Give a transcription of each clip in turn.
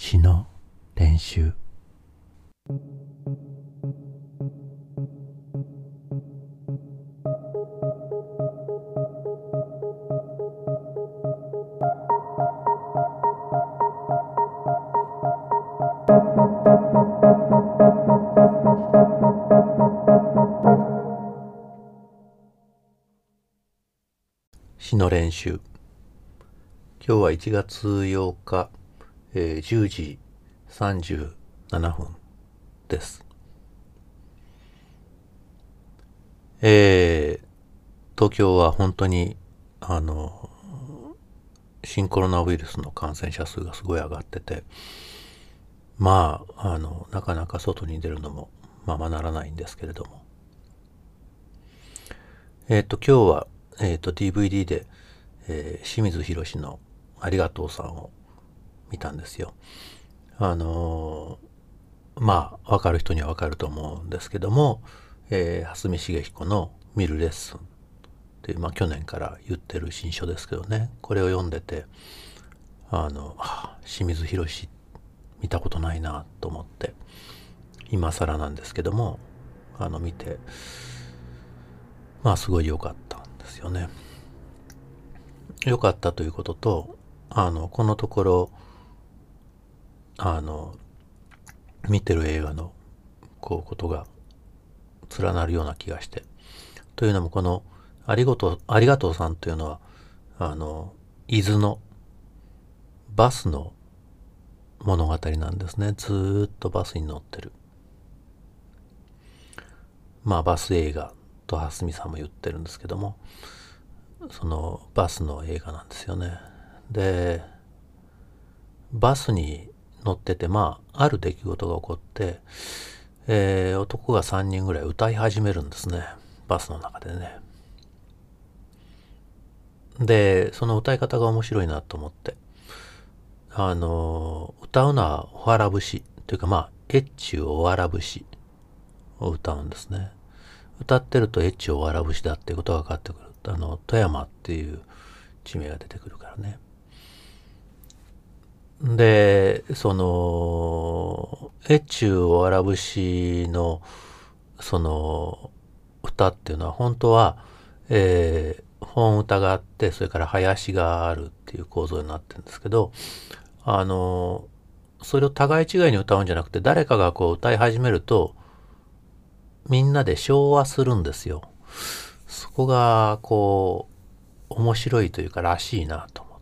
詩の練習。詩の練習。今日は1月8日、10時37分です。東京は本当に新コロナウイルスの感染者数がすごい上がってて、なかなか外に出るのもままならないんですけれども、今日は、DVD で、清水宏のありがとうさんを見たんですよ。分かる人には分かると思うんですけども、蓮見茂彦の見るレッスンっていう、去年から言ってる新書ですけどね、これを読んでて、清水宏見たことないなと思って、今更なんですけども見て、すごい良かったんですよね。良かったということと、このところ見てる映画のことが連なるような気がして、というのもこのありがとうさんというのは伊豆のバスの物語なんですね。ずーっとバスに乗ってる、バス映画と蓮見さんも言ってるんですけども、そのバスの映画なんですよね。で、バスに乗ってて、ある出来事が起こって、男が3人ぐらい歌い始めるんですね、バスの中でね。で、その歌い方が面白いなと思って、歌うのはおわら節というか、越中おわら節を歌うんですね。歌ってると越中おわら節だっていうことが分かってくる。富山っていう地名が出てくるからね。で、その越中おわら節のその歌っていうのは本当は、本歌があって、それから囃子があるっていう構造になってるんですけど、それを互い違いに歌うんじゃなくて、誰かが歌い始めるとみんなで唱和するんですよ。そこが面白いというからしいなと思って。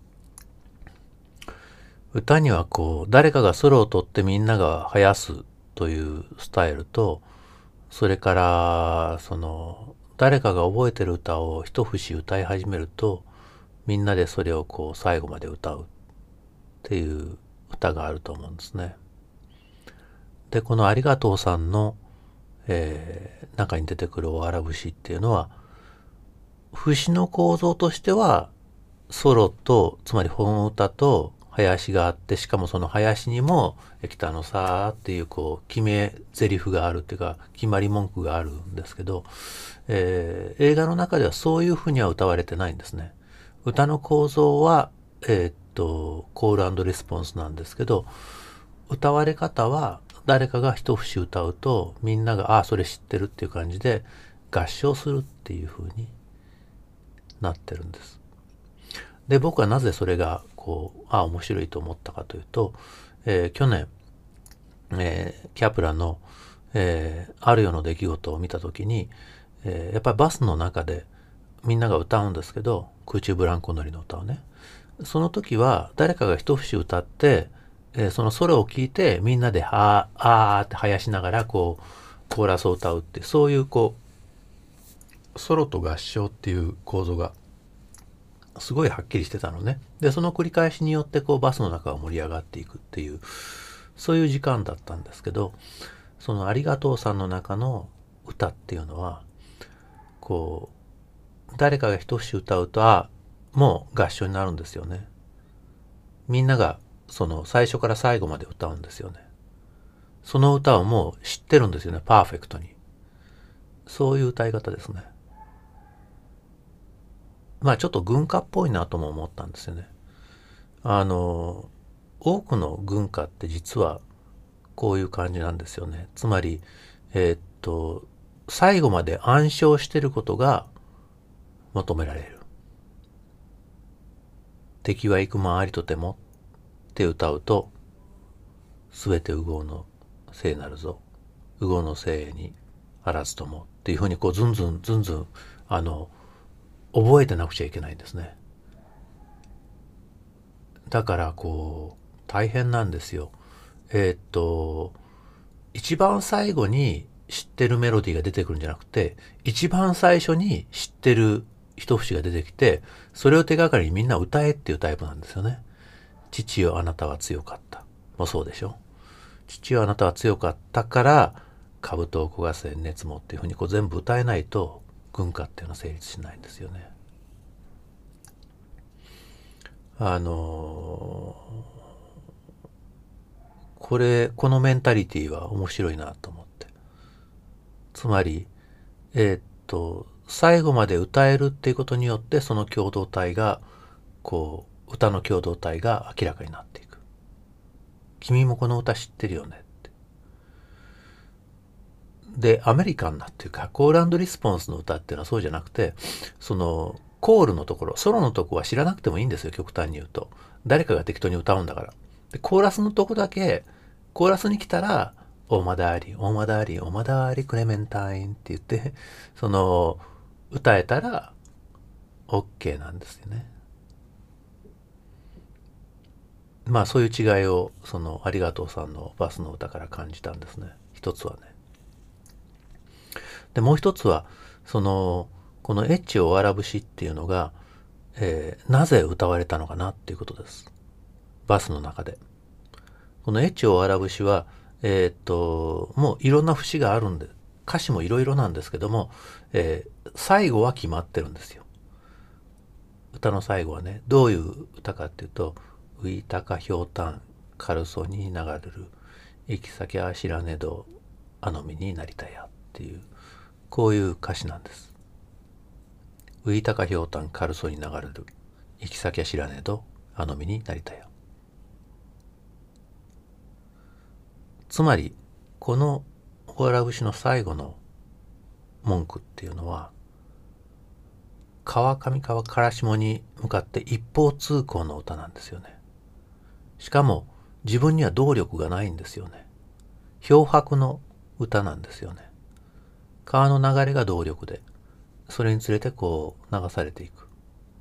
歌には誰かがソロを取ってみんなが囃すというスタイルと、それから誰かが覚えてる歌を一節歌い始めるとみんなでそれを最後まで歌うっていう歌があると思うんですね。で、このありがとうさんの、中に出てくるおわら節っていうのは、節の構造としてはソロと、つまり本歌と囃子があって、しかもその囃子にも北のさーっていう決め台詞があるっていうか、決まり文句があるんですけど、映画の中ではそういうふうには歌われてないんですね。歌の構造はコール&レスポンスなんですけど、歌われ方は誰かが一節歌うとみんながそれ知ってるっていう感じで合唱するっていう風になってるんです。で、僕はなぜそれが面白いと思ったかというと、去年、キャプラの、あるよの出来事を見た時に、やっぱりバスの中でみんなが歌うんですけど、空中ブランコ乗りの歌をね、その時は誰かが一節歌って、そのソロを聞いてみんなであーって囃しながらコーラスを歌うって、そういうソロと合唱っていう構造がすごいはっきりしてたのね。で、その繰り返しによってバスの中が盛り上がっていくっていう、そういう時間だったんですけど、そのありがとうさんの中の歌っていうのは、誰かが一節歌うと、もう合唱になるんですよね。みんながその最初から最後まで歌うんですよね。その歌をもう知ってるんですよね、パーフェクトに。そういう歌い方ですね。ちょっと軍歌っぽいなとも思ったんですよね。 多くの軍歌って実はこういう感じなんですよね。つまり、最後まで暗唱してることが求められる。敵は幾万ありとてもって歌うと、すべて右往の聖なるぞ。右往の聖にあらずともっていうふうにこうずんずんずんずん覚えてなくちゃいけないんですね。だからこう大変なんですよ。一番最後に知ってるメロディーが出てくるんじゃなくて、一番最初に知ってる一節が出てきて、それを手がかりにみんな歌えっていうタイプなんですよね。父よあなたは強かったもそうでしょ。父よあなたは強かったから兜を焦がせ熱もっていうふうにこう全部歌えないと軍歌っていうのは成立しないんですよね。このメンタリティーは面白いなと思って。つまり、最後まで歌えるっていうことによって、その共同体が、歌の共同体が明らかになっていく。君もこの歌知ってるよねって。で、アメリカンなっていうか、コール&リスポンスの歌っていうのはそうじゃなくて、コールのところ、ソロのとこは知らなくてもいいんですよ、極端に言うと。誰かが適当に歌うんだから。で、コーラスのとこだけ、コーラスに来たら、オーマダーリ、オーマダーリ、オーマダーリ、クレメンタインって言って、歌えたら、OK なんですよね。まあ、そういう違いを、ありがとうさんのバスの歌から感じたんですね。一つはね。で、もう一つは、このエッチオワラ節っていうのが、なぜ歌われたのかなっていうことです。バスの中で。このエッチオワラ節は、もういろんな節があるんで、歌詞もいろいろなんですけども、最後は決まってるんですよ。歌の最後はね、どういう歌かっていうと、ウイタカひょうたん、カルソに流れる、行き先は知らねど、あの身になりたやっていう、こういう歌詞なんです。ウイタカひょうたん、カルソに流れる、行き先は知らねど、あの身になりたや。つまり、このおわら節の最後の文句っていうのは、川上川から下に向かって一方通行の歌なんですよね。しかも自分には動力がないんですよね。漂白の歌なんですよね。川の流れが動力で、それにつれてこう流されていく。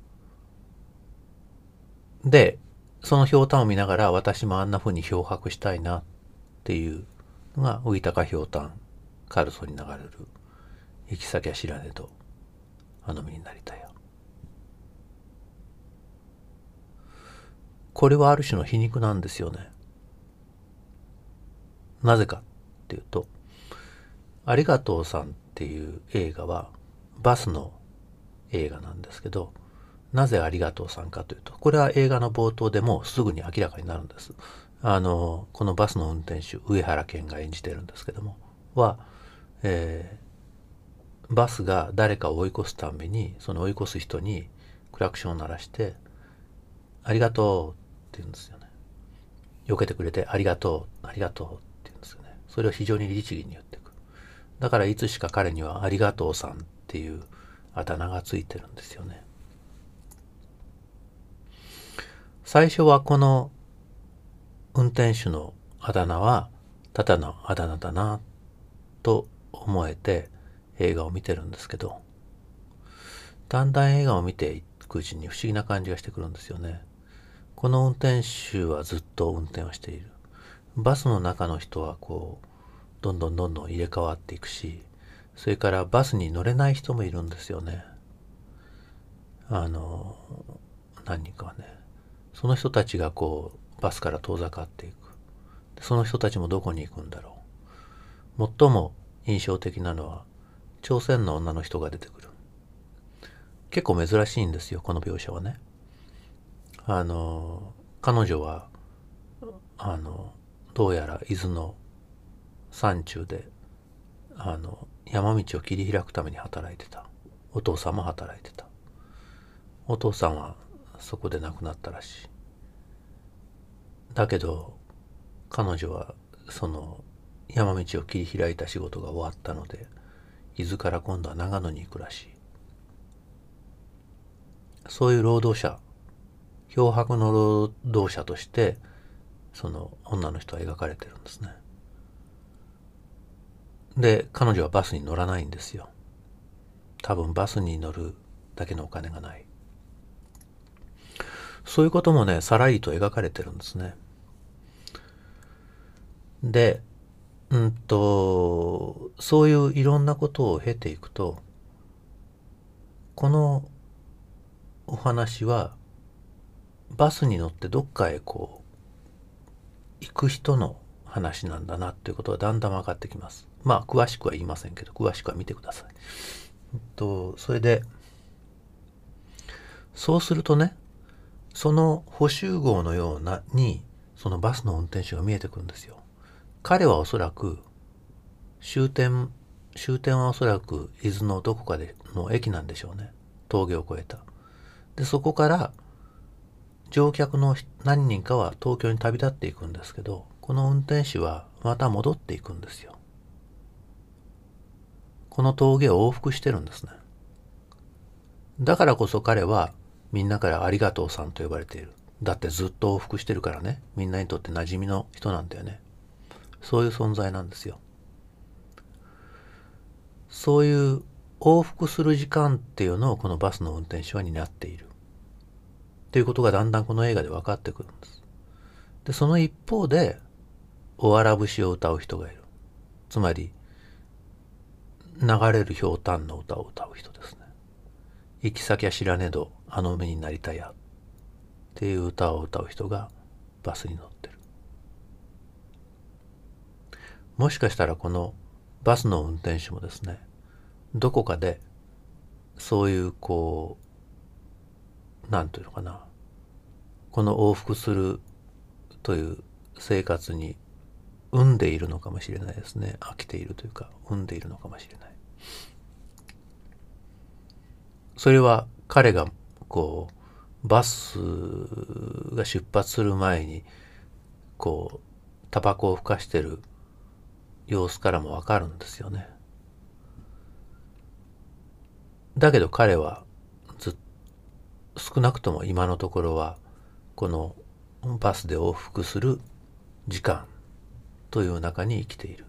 で、そのひょうたんを見ながら私もあんな風に漂白したいなっていうのが浮いたかひょうたん、カルソに流れる。行き先は知らねえと、あの身になりたや。これはある種の皮肉なんですよね。なぜかっていうと、ありがとうさんっていう映画はバスの映画なんですけど、なぜありがとうさんかというと、これは映画の冒頭でもすぐに明らかになるんです。このバスの運転手、上原健が演じてるんですけども、は、バスが誰かを追い越すために、その追い越す人にクラクションを鳴らして、ありがとうって言うんですよね。避けてくれてありがとう、ありがとうって言うんですよね。それを非常に律儀に言っていく。だからいつしか彼にはありがとうさんっていうあだ名がついてるんですよね。最初はこの運転手のあだ名はただのあだ名だなと思えて映画を見てるんですけど、だんだん映画を見ていくうちに不思議な感じがしてくるんですよね。この運転手はずっと運転をしている。バスの中の人はどんどんどんどん入れ替わっていくし、それからバスに乗れない人もいるんですよね。何人かはね。その人たちがバスから遠ざかっていく。その人たちもどこに行くんだろう。最も印象的なのは朝鮮の女の人が出てくる。結構珍しいんですよ、この描写はね。彼女はどうやら伊豆の山中で山道を切り開くために働いてた。お父さんも働いてた。お父さんはそこで亡くなったらしい。 だけど彼女はその山道を切り開いた仕事が終わったので、伊豆から今度は長野に行くらしい。そういう労働者、漂白の労働者としてその女の人は描かれてるんですね。で彼女はバスに乗らないんですよ。多分バスに乗るだけのお金がない。そういうこともね、さらりと描かれてるんですね。で、そういういろんなことを経ていくと、このお話はバスに乗ってどっかへこう行く人の話なんだなっていうことがだんだん分かってきます。まあ詳しくは言いませんけど、詳しくは見てください。それでそうするとね、その補集号のようなにそのバスの運転手が見えてくるんですよ。彼はおそらく終点はおそらく伊豆のどこかでの駅なんでしょうね。峠を越えた。でそこから乗客の何人かは東京に旅立っていくんですけど、この運転手はまた戻っていくんですよ。この峠を往復してるんですね。だからこそ彼はみんなからありがとうさんと呼ばれている。だってずっと往復してるからね。みんなにとって馴染みの人なんだよね。そういう存在なんですよ。そういう往復する時間っていうのをこのバスの運転手は担っているっていうことがだんだんこの映画で分かってくるんです。でその一方でおわら節を歌う人がいる。つまり流れるひょうたんの歌を歌う人ですね。行き先は知らねどあの目になりたやっていう歌を歌う人がバスに乗ってる。もしかしたらこのバスの運転手もですね、どこかでそういうこうなんていうのかな、この往復するという生活に生んでいるのかもしれないですね。飽きているというか生んでいるのかもしれない。それは彼がこうバスが出発する前にこうタバコをふかしてる様子からもわかるんですよね。だけど彼は少なくとも今のところはこのバスで往復する時間という中に生きている。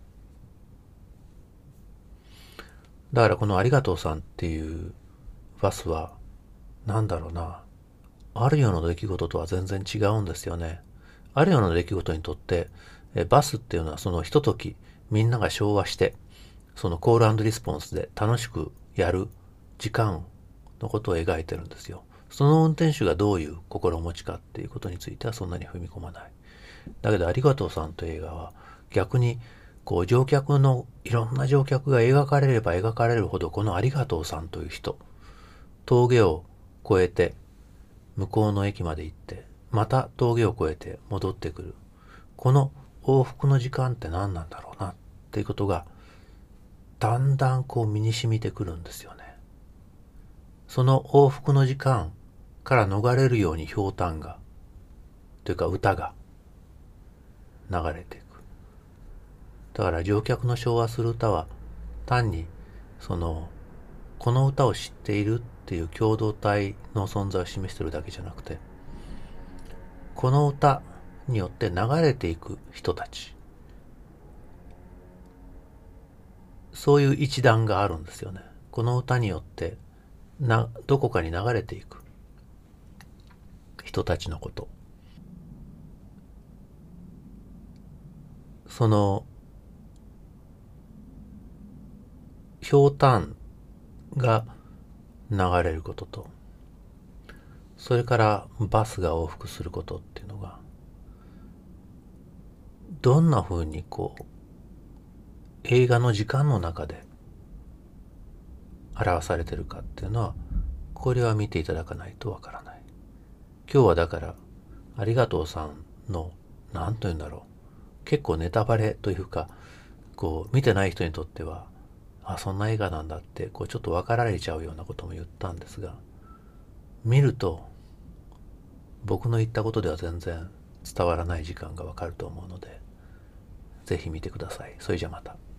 だからこのありがとうさんっていうバスはなんだろうな、あるような出来事とは全然違うんですよね。あるような出来事にとってバスっていうのはそのひとときみんなが昭和してそのコール&リスポンスで楽しくやる時間のことを描いてるんですよ。その運転手がどういう心持ちかっていうことについてはそんなに踏み込まない。だけどありがとうさんという映画は逆にこう乗客のいろんな乗客が描かれれば描かれるほどこのありがとうさんという人、峠を越えて向こうの駅まで行ってまた峠を越えて戻ってくる、この往復の時間って何なんだろうなっていうことがだんだんこう身に染みてくるんですよね。その往復の時間から逃れるようにひょうたんがというか歌が流れていく。だから乗客の唱和する歌は単にそのこの歌を知っているっていう共同体の存在を示しているだけじゃなくて、この歌によって流れていく人たち、そういう一団があるんですよね。この歌によってどこかに流れていく人たちのこと、そのひょうたんが流れることと、それからバスが往復することっていうのがどんな風にこう映画の時間の中で表されてるかっていうのは、これは見ていただかないとわからない。今日はだからありがとうさんの何というんだろう、結構ネタバレというかこう見てない人にとってはそんな映画なんだってこうちょっと分かられちゃうようなことも言ったんですが、見ると僕の言ったことでは全然伝わらない時間がわかると思うので、ぜひ見てください。それじゃまた。